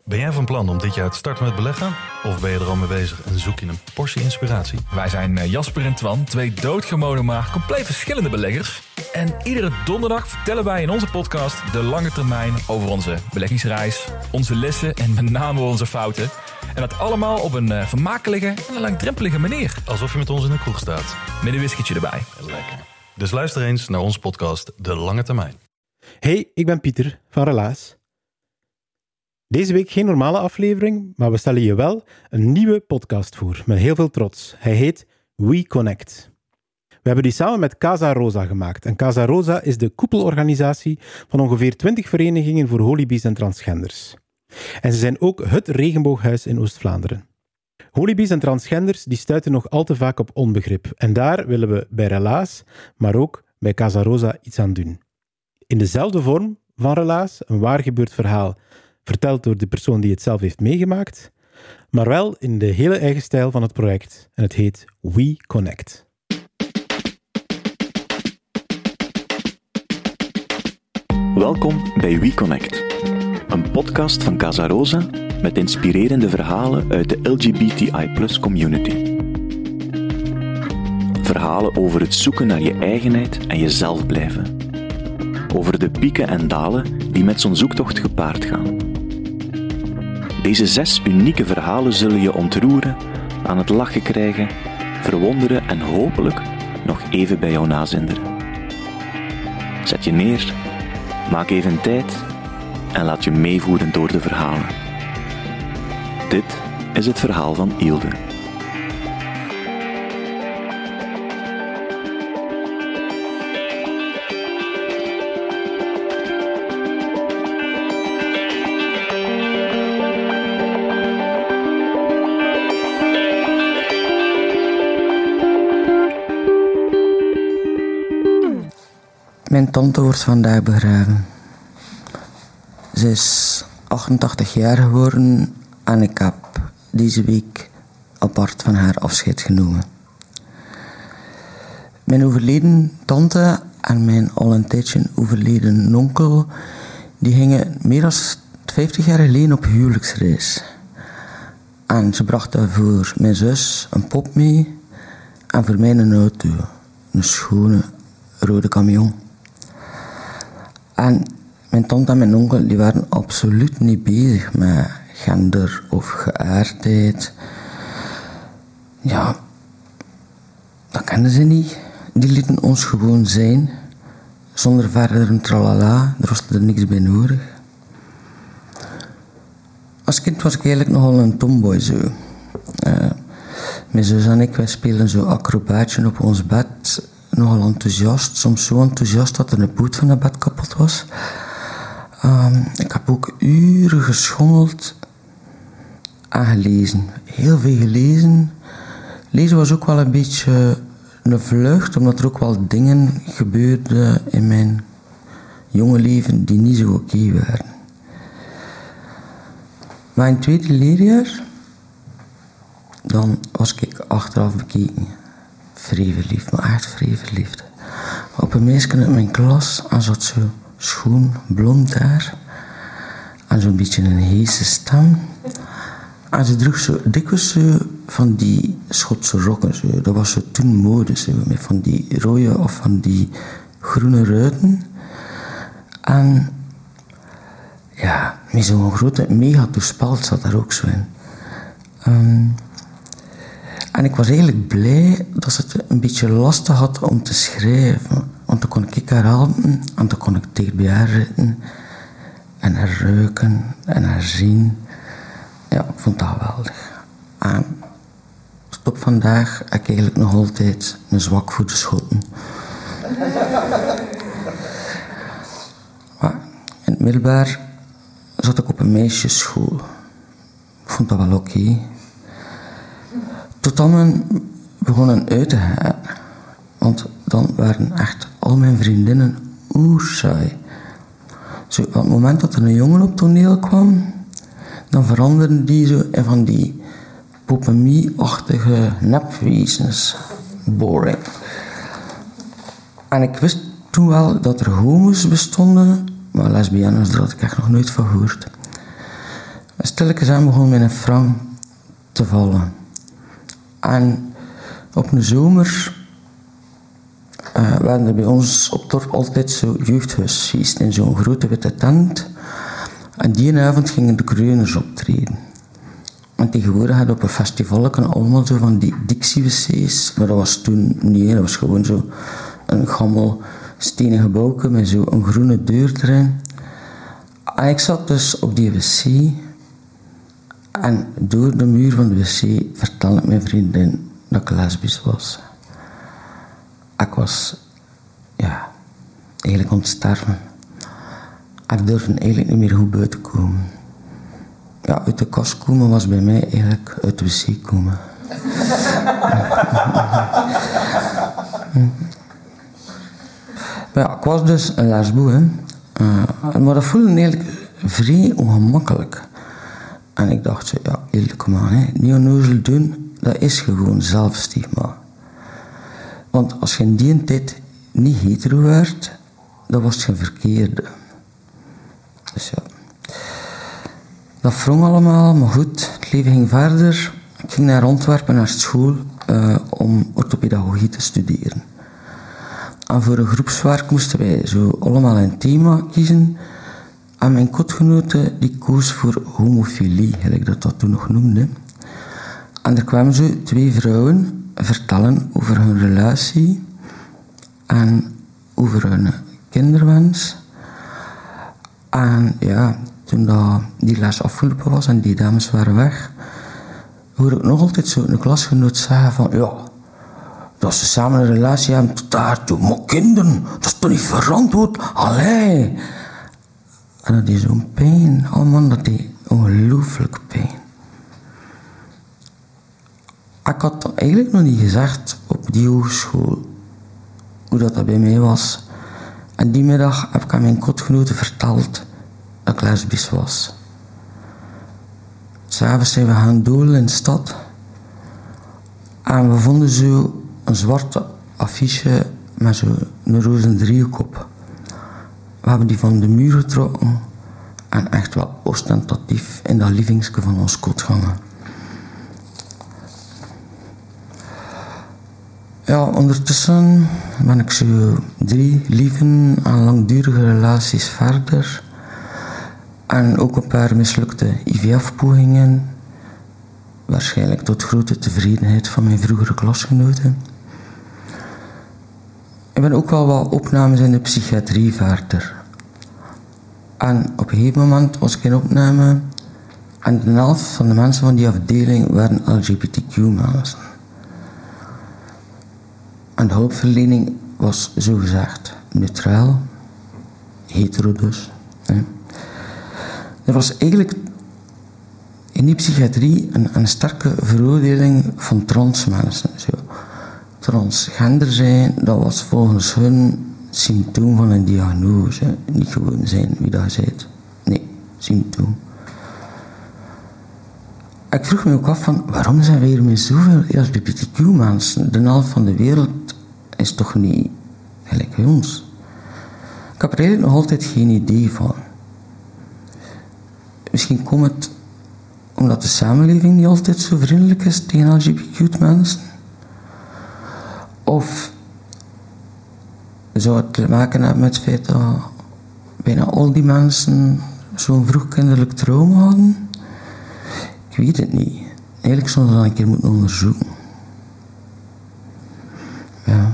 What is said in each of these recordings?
Ben jij van plan om dit jaar te starten met beleggen? Of ben je er al mee bezig en zoek je een portie inspiratie? Wij zijn Jasper en Twan, twee doodgewone maar compleet verschillende beleggers. En iedere donderdag vertellen wij in onze podcast de lange termijn over onze beleggingsreis, onze lessen en met name onze fouten. En dat allemaal op een vermakelijke en een laagdrempelige manier. Alsof je met ons in een kroeg staat. Met een whiskytje erbij. Lekker. Dus luister eens naar onze podcast De Lange Termijn. Hey, ik ben Pieter van Relaas. Deze week geen normale aflevering, maar we stellen je wel een nieuwe podcast voor, met heel veel trots. Hij heet We Connect. We hebben die samen met Casa Rosa gemaakt. En Casa Rosa is de koepelorganisatie van ongeveer 20 verenigingen voor holibies en transgenders. En ze zijn ook het regenbooghuis in Oost-Vlaanderen. Holibies en transgenders die stuiten nog al te vaak op onbegrip. En daar willen we bij Relaas, maar ook bij Casa Rosa iets aan doen. In dezelfde vorm van Relaas, een waar gebeurd verhaal, verteld door de persoon die het zelf heeft meegemaakt, maar wel in de hele eigen stijl van het project. En het heet We Connect. Welkom bij We Connect, een podcast van Casa Rosa met inspirerende verhalen uit de LGBTI+ community. Verhalen over het zoeken naar je eigenheid en jezelf blijven. Over de pieken en dalen die met zo'n zoektocht gepaard gaan. Deze 6 unieke verhalen zullen je ontroeren, aan het lachen krijgen, verwonderen en hopelijk nog even bij jou nazinderen. Zet je neer, maak even tijd en laat je meevoeren door de verhalen. Dit is het verhaal van Ilde. Mijn tante wordt vandaag begraven. Ze is 88 jaar geworden en ik heb deze week apart van haar afscheid genomen. Mijn overleden tante en mijn al een tijdje overleden onkel, die gingen meer dan 50 jaar geleden op huwelijksreis. En ze brachten voor mijn zus een pop mee en voor mij een auto, een schone rode camion. En mijn tante en mijn onkel die waren absoluut niet bezig met gender of geaardheid. Ja, dat kenden ze niet. Die lieten ons gewoon zijn, zonder verder een tralala, er was er niks bij nodig. Als kind was ik eigenlijk nogal een tomboy zo. Mijn zus en ik, wij spelen zo acrobaatje op ons bed. Nogal enthousiast, soms zo enthousiast dat er een poot van het bed kapot was. Ik heb ook uren geschommeld en gelezen. Heel veel gelezen. Lezen was ook wel een beetje een vlucht, omdat er ook wel dingen gebeurden in mijn jonge leven die niet zo oké waren. Maar in het tweede leerjaar, dan was ik achteraf bekeken vrij verliefd, maar echt vrij verliefd. Op een meisje in mijn klas en ze had zo schoon blond haar en zo'n beetje een heese stem. En ze droeg zo dikwijls zo van die Schotse rokken. Zo. Dat was zo toen mode, zo, met van die rode of van die groene ruiten. En ja, met zo'n grote mega toespeld zat daar ook zo in. En ik was eigenlijk blij dat ze het een beetje lastig had om te schrijven. Want dan kon ik haar helpen en dan kon ik dicht bij haar zitten. En haar ruiken en haar zien. Ja, ik vond dat geweldig. En tot vandaag heb ik eigenlijk nog altijd een zwak voor de schotten. Maar in het middelbaar zat ik op een meisjesschool. Ik vond dat wel oké. Tot dan we begonnen uit te gaan. Want dan waren echt al mijn vriendinnen oersaai. Zo, op het moment dat er een jongen op toneel kwam, dan veranderden die zo in van die popemie-achtige nepwezens. Boring. En ik wist toen wel dat er homo's bestonden, maar lesbiennes, daar had ik echt nog nooit van gehoord. Stilletjes aan begon mijn frank te vallen. En op een zomer waren er bij ons op dorp altijd zo jeugdhuisfeest in zo'n grote witte tent. En die avond gingen de kreuners optreden. En tegenwoordig hadden we op een festival allemaal zo van die Dixie-wc's. Maar dat was toen niet, dat was gewoon zo een gammel stenen gebouwke met zo een groene deur erin. En ik zat dus op die wc. En door de muur van de wc vertelde mijn vriendin dat ik lesbisch was. Ik was, eigenlijk ontsterven. Ik durfde eigenlijk niet meer goed buiten komen. Ja, uit de kast komen was bij mij eigenlijk uit de wc komen. Maar ja, ik was dus een lesbo, hè. Maar dat voelde eigenlijk vrij ongemakkelijk. En ik dacht zo, ja, eerlijk man, hè, niet onnozel doen, dat is gewoon zelfstigma. Want als je in die tijd niet hetero werd, dan was je verkeerde. Dus ja. Dat wrong allemaal, maar goed, het leven ging verder. Ik ging naar Antwerpen, naar school, om orthopedagogie te studeren. En voor een groepswerk moesten wij zo allemaal een thema kiezen. En mijn kotgenote die koos voor homofilie, gelijk dat toen nog noemde. En er kwamen zo 2 vrouwen vertellen over hun relatie en over hun kinderwens. En ja, toen die les afgelopen was en die dames waren weg, hoorde ik nog altijd zo een klasgenoot zeggen van, ja, dat ze samen een relatie hebben tot daartoe. Maar kinderen, dat is toch niet verantwoord? Allee. En dat deed zo'n pijn. Oh man, dat deed ongelooflijk pijn. Ik had eigenlijk nog niet gezegd op die hogeschool hoe dat bij mij was. En die middag heb ik aan mijn kotgenoten verteld dat ik lesbisch was. 'S'avonds zijn we gaan dolen in de stad. En we vonden zo een zwarte affiche met zo'n roze driehoek op. We hebben die van de muur getrokken en echt wel ostentatief in dat lievingsje van ons kot gehangen. Ja, ondertussen ben ik zo 3 lieve en langdurige relaties verder. En ook een paar mislukte IVF-pogingen. Waarschijnlijk tot grote tevredenheid van mijn vroegere klasgenoten. Ik ben ook wel wat opnames in de psychiatrie verder. En op een gegeven moment was ik in opname en de helft van de mensen van die afdeling waren LGBTQ-mensen. En de hulpverlening was zogezegd neutraal, hetero dus. Hè. Er was eigenlijk in die psychiatrie een sterke veroordeling van transmensen. Zo. Transgender zijn, dat was volgens hun symptoom van een diagnose. Niet gewoon zijn wie dat je bent. Nee, symptoom. Ik vroeg me ook af van, waarom zijn we hier met zoveel LGBTQ-mensen? De helft van de wereld is toch niet gelijk bij ons? Ik heb er eigenlijk nog altijd geen idee van. Misschien komt het omdat de samenleving niet altijd zo vriendelijk is tegen LGBTQ-mensen. Of zou het te maken hebben met het feit dat bijna al die mensen zo'n vroeg kinderlijk trauma hadden? Ik weet het niet. Eigenlijk zouden we dat een keer moeten onderzoeken. Ja.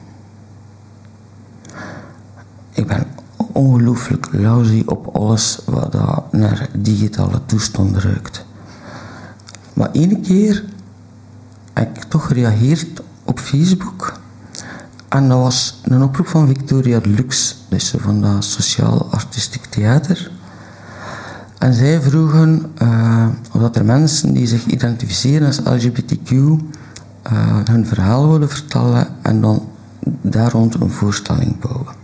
Ik ben ongelooflijk lousy op alles wat naar digitale toestand ruikt. Maar ene keer heb ik toch gereageerd op Facebook. En dat was een oproep van Victoria Deluxe, dus van dat sociaal-artistiek theater. En zij vroegen of er mensen die zich identificeren als LGBTQ hun verhaal willen vertellen en dan daar rond een voorstelling bouwen.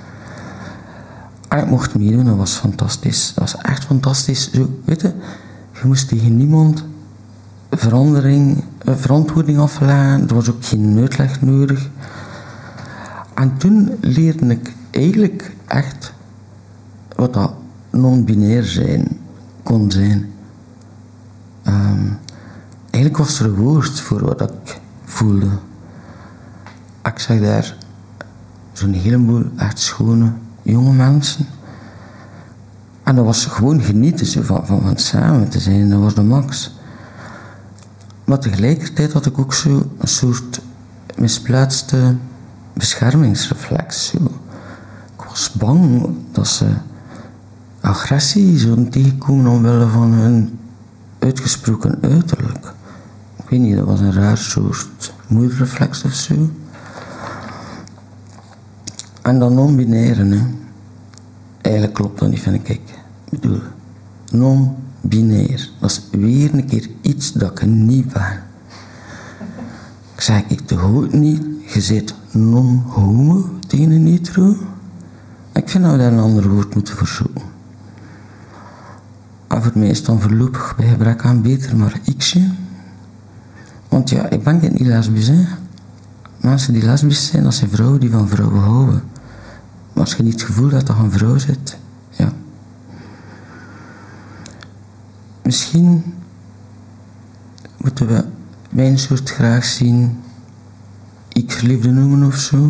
En ik mocht meedoen, dat was fantastisch. Dat was echt fantastisch. Zo, weet je moest tegen niemand verantwoording afleggen. Er was ook geen uitleg nodig. En toen leerde ik eigenlijk echt wat dat non-binair zijn kon zijn. ik was er een woord voor wat ik voelde. Ik zag daar zo'n heleboel echt schone jonge mensen. En dat was gewoon genieten zo, van samen te zijn. Dat was de max. Maar tegelijkertijd had ik ook zo een soort misplaatste beschermingsreflex. Zo. Ik was bang dat ze agressie zouden tegenkomen omwille van hun uitgesproken uiterlijk. Ik weet niet, dat was een raar soort moederreflex of zo. En dan non-binaire, hè. Eigenlijk klopt dat niet, vind ik. Ik bedoel, non-binair. Dat is weer een keer iets dat ik niet ben. Ik zeg, ik te goed niet. Je zit non-homo tegen een hetero. Ik vind dat we daar een ander woord moeten voor zoeken. En voor mij is het dan voorlopig bij gebrek aan beter, maar xje. Want ja, ik ben niet lesbisch, hè. Mensen die lesbisch zijn, dat zijn vrouwen die van vrouwen houden. Maar als je niet het gevoel hebt dat je een vrouw zit, ja. Misschien moeten we mijn soort graag zien X-liefde noemen of zo.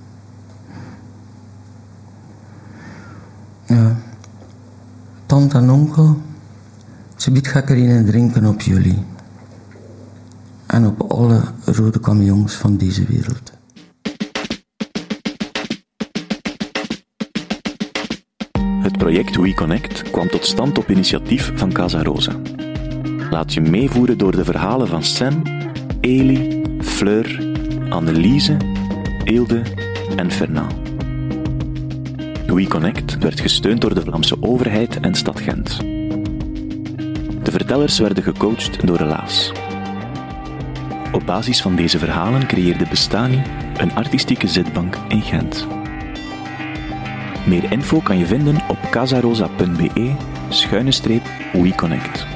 Ja. Tante en onkel, zometeen ga ik erin drinken op jullie. En op alle rode camions van deze wereld. Het project WeConnect kwam tot stand op initiatief van Casa Rosa. Laat je meevoeren door de verhalen van Sam, Eli, Fleur, Anneliese, Eelde en Fernand. WeConnect werd gesteund door de Vlaamse overheid en stad Gent. De vertellers werden gecoacht door Relaas. Op basis van deze verhalen creëerde Bestani een artistieke zitbank in Gent. Meer info kan je vinden op casarosa.be/WeConnect.